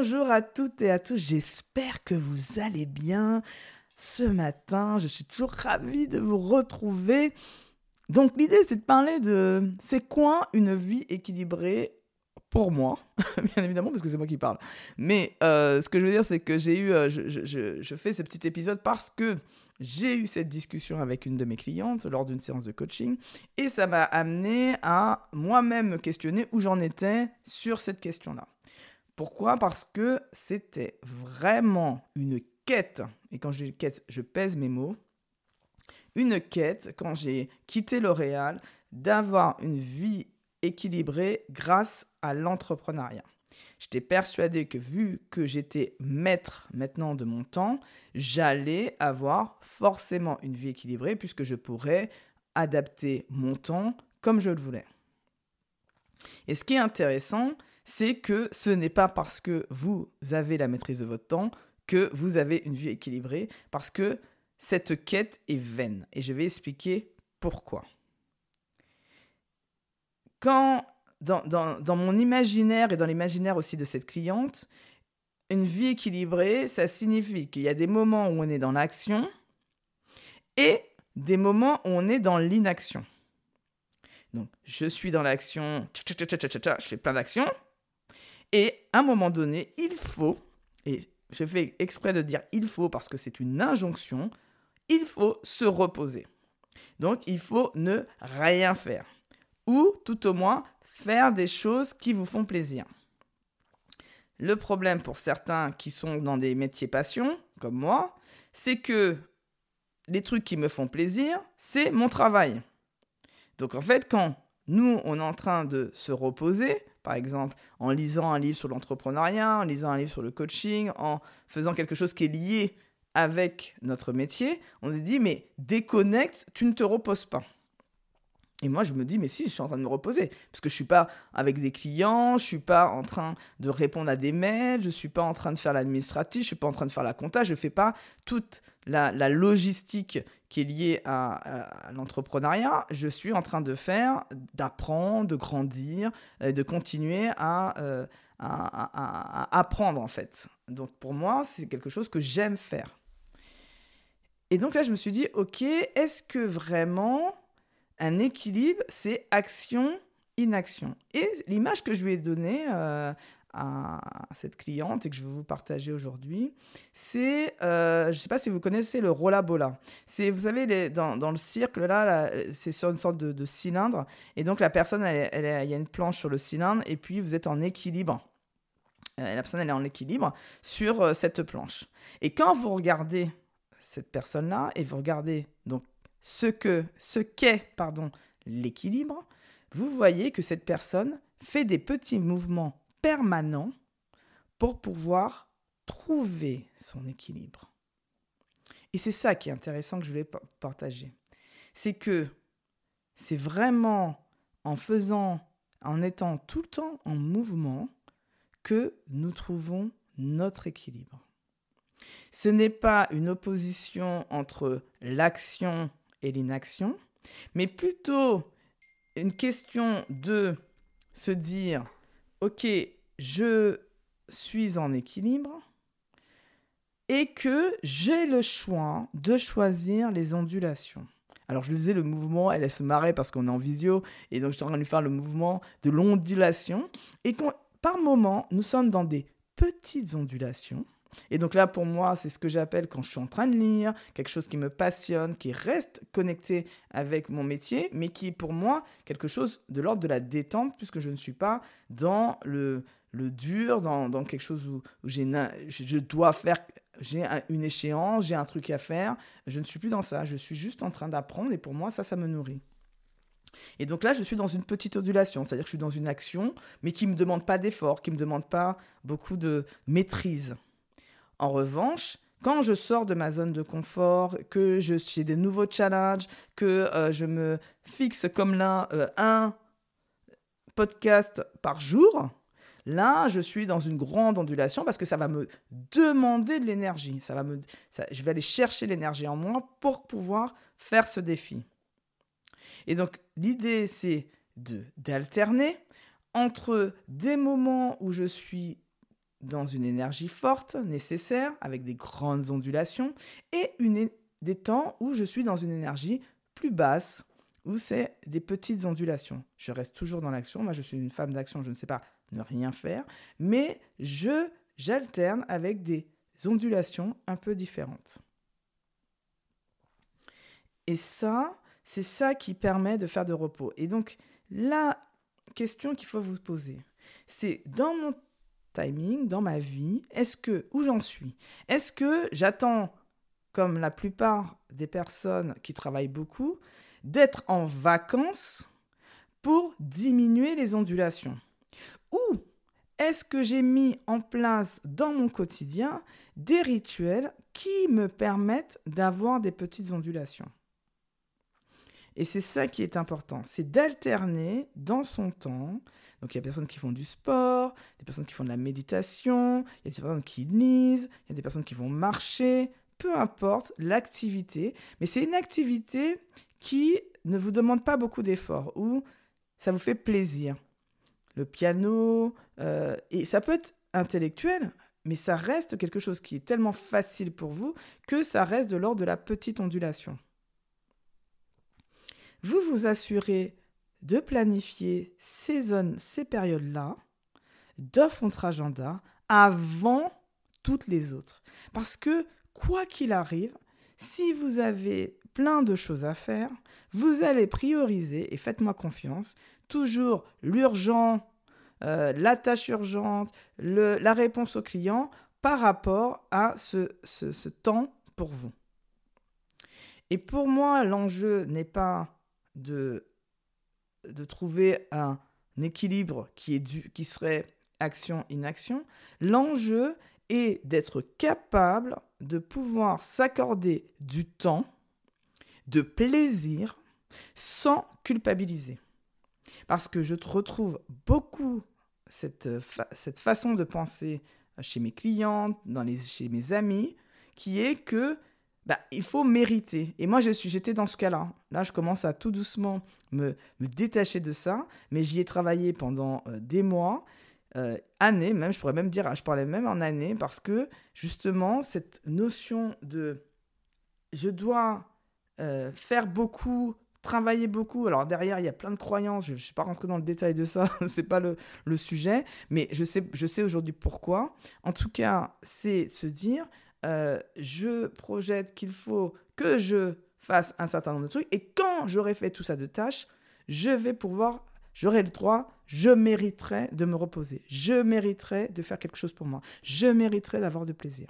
Bonjour à toutes et à tous, j'espère que vous allez bien ce matin. Je suis toujours ravie de vous retrouver. Donc l'idée c'est de parler de c'est quoi une vie équilibrée pour moi, bien évidemment parce que c'est moi qui parle. Mais ce que je veux dire c'est que j'ai eu, je fais ce petit épisode parce que j'ai eu cette discussion avec une de mes clientes lors d'une séance de coaching et ça m'a amené à moi-même me questionner où j'en étais sur cette question-là. Pourquoi ? Parce que c'était vraiment une quête, et quand je dis quête, je pèse mes mots, une quête quand j'ai quitté L'Oréal d'avoir une vie équilibrée grâce à l'entrepreneuriat. J'étais persuadée que vu que j'étais maître maintenant de mon temps, j'allais avoir forcément une vie équilibrée puisque je pourrais adapter mon temps comme je le voulais. Et ce qui est intéressant, c'est que ce n'est pas parce que vous avez la maîtrise de votre temps que vous avez une vie équilibrée, parce que cette quête est vaine. Et je vais expliquer pourquoi. Quand, dans mon imaginaire et dans l'imaginaire aussi de cette cliente, une vie équilibrée, ça signifie qu'il y a des moments où on est dans l'action et des moments où on est dans l'inaction. Donc, je suis dans l'action, je fais plein d'actions. Et à un moment donné, il faut, et je fais exprès de dire il faut parce que c'est une injonction, il faut se reposer. Donc, il faut ne rien faire. Ou, tout au moins, faire des choses qui vous font plaisir. Le problème pour certains qui sont dans des métiers passion, comme moi, c'est que les trucs qui me font plaisir, c'est mon travail. Donc, en fait, quand nous, on est en train de se reposer, par exemple, en lisant un livre sur l'entrepreneuriat, en lisant un livre sur le coaching, en faisant quelque chose qui est lié avec notre métier, on se dit, mais déconnecte, tu ne te reposes pas. Et moi, je me dis, mais si, je suis en train de me reposer. Parce que je ne suis pas avec des clients, je ne suis pas en train de répondre à des mails, je ne suis pas en train de faire l'administratif, je ne suis pas en train de faire la compta, je ne fais pas toute la logistique qui est liée à l'entrepreneuriat. Je suis en train de faire, d'apprendre, de grandir, de continuer à apprendre, en fait. Donc, pour moi, c'est quelque chose que j'aime faire. Et donc là, je me suis dit, ok, est-ce que vraiment un équilibre, c'est action-inaction. Et l'image que je lui ai donnée à cette cliente et que je veux vous partager aujourd'hui, c'est, je ne sais pas si vous connaissez le rolla bola. C'est, vous savez, dans le cirque, là, c'est sur une sorte de cylindre. Et donc, la personne, il y a une planche sur le cylindre et puis vous êtes en équilibre. La personne, elle est en équilibre sur cette planche. Et quand vous regardez cette personne-là et vous regardez donc ce qu'est l'équilibre, vous voyez que cette personne fait des petits mouvements permanents pour pouvoir trouver son équilibre. Et c'est ça qui est intéressant que je voulais partager. C'est que c'est vraiment en étant tout le temps en mouvement que nous trouvons notre équilibre. Ce n'est pas une opposition entre l'action et l'inaction, mais plutôt une question de se dire « Ok, je suis en équilibre » et que j'ai le choix de choisir les ondulations. Alors, je lui faisais le mouvement, elle se marrait parce qu'on est en visio, et donc je suis en train de lui faire le mouvement de l'ondulation. Et par moment, nous sommes dans des petites ondulations. Et donc là, pour moi, c'est ce que j'appelle quand je suis en train de lire, quelque chose qui me passionne, qui reste connecté avec mon métier, mais qui est pour moi quelque chose de l'ordre de la détente, puisque je ne suis pas dans le dur, dans quelque chose où je dois faire, j'ai une échéance, j'ai un truc à faire. Je ne suis plus dans ça, je suis juste en train d'apprendre et pour moi, ça me nourrit. Et donc là, je suis dans une petite ondulation, c'est-à-dire que je suis dans une action, mais qui ne me demande pas d'effort, qui ne me demande pas beaucoup de maîtrise. En revanche, quand je sors de ma zone de confort, que j'ai des nouveaux challenges, que je me fixe comme là un podcast par jour, là, je suis dans une grande ondulation parce que ça va me demander de l'énergie. Je vais aller chercher l'énergie en moi pour pouvoir faire ce défi. Et donc, l'idée, c'est d'alterner entre des moments où je suis dans une énergie forte, nécessaire, avec des grandes ondulations, et des temps où je suis dans une énergie plus basse, où c'est des petites ondulations. Je reste toujours dans l'action. Moi, je suis une femme d'action, je ne sais pas ne rien faire, mais j'alterne avec des ondulations un peu différentes. Et ça, c'est ça qui permet de faire de repos. Et donc, la question qu'il faut vous poser, c'est dans mon timing, dans ma vie, où j'en suis? Est-ce que j'attends, comme la plupart des personnes qui travaillent beaucoup, d'être en vacances pour diminuer les ondulations? Ou est-ce que j'ai mis en place dans mon quotidien des rituels qui me permettent d'avoir des petites ondulations? Et c'est ça qui est important, c'est d'alterner dans son temps. Donc il y a des personnes qui font du sport, des personnes qui font de la méditation, il y a des personnes qui lisent, il y a des personnes qui vont marcher, peu importe l'activité, mais c'est une activité qui ne vous demande pas beaucoup d'efforts, où ça vous fait plaisir. Le piano, et ça peut être intellectuel, mais ça reste quelque chose qui est tellement facile pour vous que ça reste de l'ordre de la petite ondulation. Vous vous assurez de planifier ces zones, ces périodes-là, dans votre agenda, avant toutes les autres. Parce que, quoi qu'il arrive, si vous avez plein de choses à faire, vous allez prioriser, et faites-moi confiance, toujours l'urgent, la tâche urgente, la réponse au client par rapport à ce temps pour vous. Et pour moi, l'enjeu n'est pas de trouver un équilibre qui serait action-inaction. L'enjeu est d'être capable de pouvoir s'accorder du temps, de plaisir, sans culpabiliser. Parce que je retrouve beaucoup cette façon de penser chez mes clientes, chez mes amis, qui est que il faut mériter. Et moi, j'étais dans ce cas-là. Là, je commence à tout doucement me détacher de ça, mais j'y ai travaillé pendant des mois, années même, je pourrais même dire, je parlais même en années, parce que justement, cette notion de je dois faire beaucoup, travailler beaucoup. Alors derrière, il y a plein de croyances, je ne suis pas rentrée dans le détail de ça, ce n'est pas le sujet, mais je sais aujourd'hui pourquoi. En tout cas, c'est se dire... je projette qu'il faut que je fasse un certain nombre de trucs, et quand j'aurai fait tout ça de tâches, j'aurai le droit, je mériterai de me reposer, je mériterai de faire quelque chose pour moi, je mériterai d'avoir du plaisir.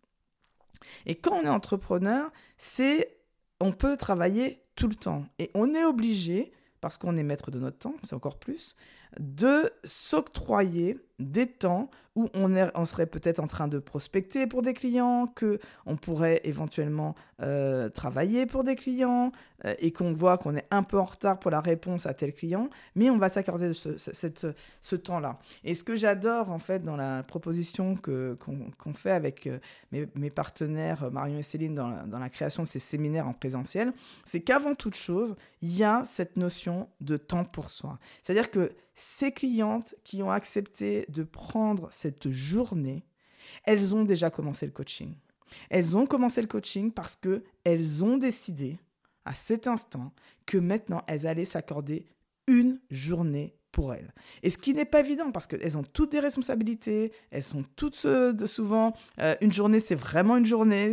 Et quand on est entrepreneur, on peut travailler tout le temps, et on est obligé, parce qu'on est maître de notre temps, c'est encore plus, de s'octroyer des temps où on serait peut-être en train de prospecter pour des clients, qu'on pourrait éventuellement travailler pour des clients, et qu'on voit qu'on est un peu en retard pour la réponse à tel client, mais on va s'accorder ce temps-là. Et ce que j'adore en fait dans la proposition qu'on fait avec mes partenaires Marion et Céline dans la création de ces séminaires en présentiel, c'est qu'avant toute chose, il y a cette notion de temps pour soi. C'est-à-dire que ces clientes qui ont accepté de prendre cette journée, elles ont déjà commencé le coaching. Elles ont commencé le coaching parce qu'elles ont décidé à cet instant que maintenant, elles allaient s'accorder une journée pour elles. Et ce qui n'est pas évident parce qu'elles ont toutes des responsabilités, elles sont toutes souvent, une journée, c'est vraiment une journée,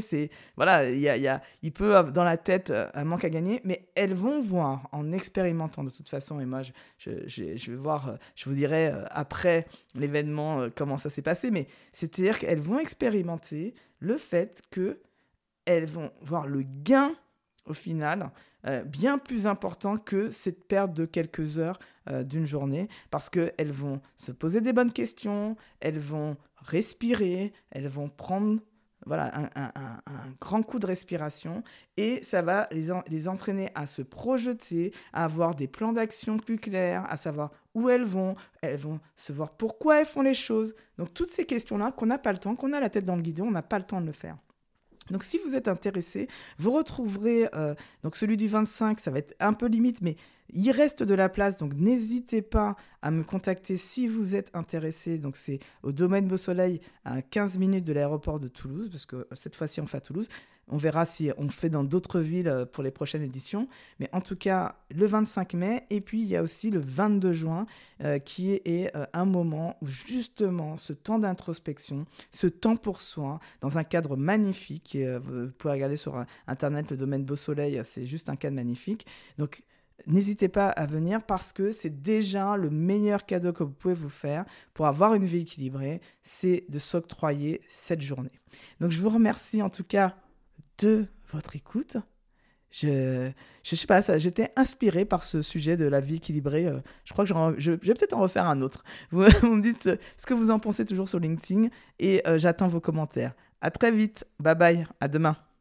il peut dans la tête un manque à gagner, mais elles vont voir en expérimentant de toute façon, et moi je vais voir, je vous dirai après l'événement comment ça s'est passé, mais c'est-à-dire qu'elles vont expérimenter le fait qu'elles vont voir le gain au final, bien plus important que cette perte de quelques heures d'une journée, parce qu'elles vont se poser des bonnes questions, elles vont respirer, elles vont prendre un grand coup de respiration, et ça va les entraîner à se projeter, à avoir des plans d'action plus clairs, à savoir où elles vont se voir pourquoi elles font les choses. Donc toutes ces questions-là qu'on n'a pas le temps, qu'on a la tête dans le guidon, on n'a pas le temps de le faire. Donc, si vous êtes intéressé, vous retrouverez donc celui du 25, ça va être un peu limite, mais Il reste de la place, donc n'hésitez pas à me contacter si vous êtes intéressé. Donc c'est au domaine Beau Soleil, à 15 minutes de l'aéroport de Toulouse, parce que cette fois-ci on fait à Toulouse. On verra si on fait dans d'autres villes pour les prochaines éditions. Mais en tout cas, le 25 mai, et puis il y a aussi le 22 juin, qui est un moment où justement ce temps d'introspection, ce temps pour soi, dans un cadre magnifique. Et, vous pouvez regarder sur Internet le domaine Beau Soleil, c'est juste un cadre magnifique. Donc, n'hésitez pas à venir parce que c'est déjà le meilleur cadeau que vous pouvez vous faire pour avoir une vie équilibrée, c'est de s'octroyer cette journée. Donc, je vous remercie en tout cas de votre écoute. Je sais pas, j'étais inspirée par ce sujet de la vie équilibrée. Je crois que je vais peut-être en refaire un autre. Vous me dites ce que vous en pensez toujours sur LinkedIn et j'attends vos commentaires. À très vite. Bye bye. À demain.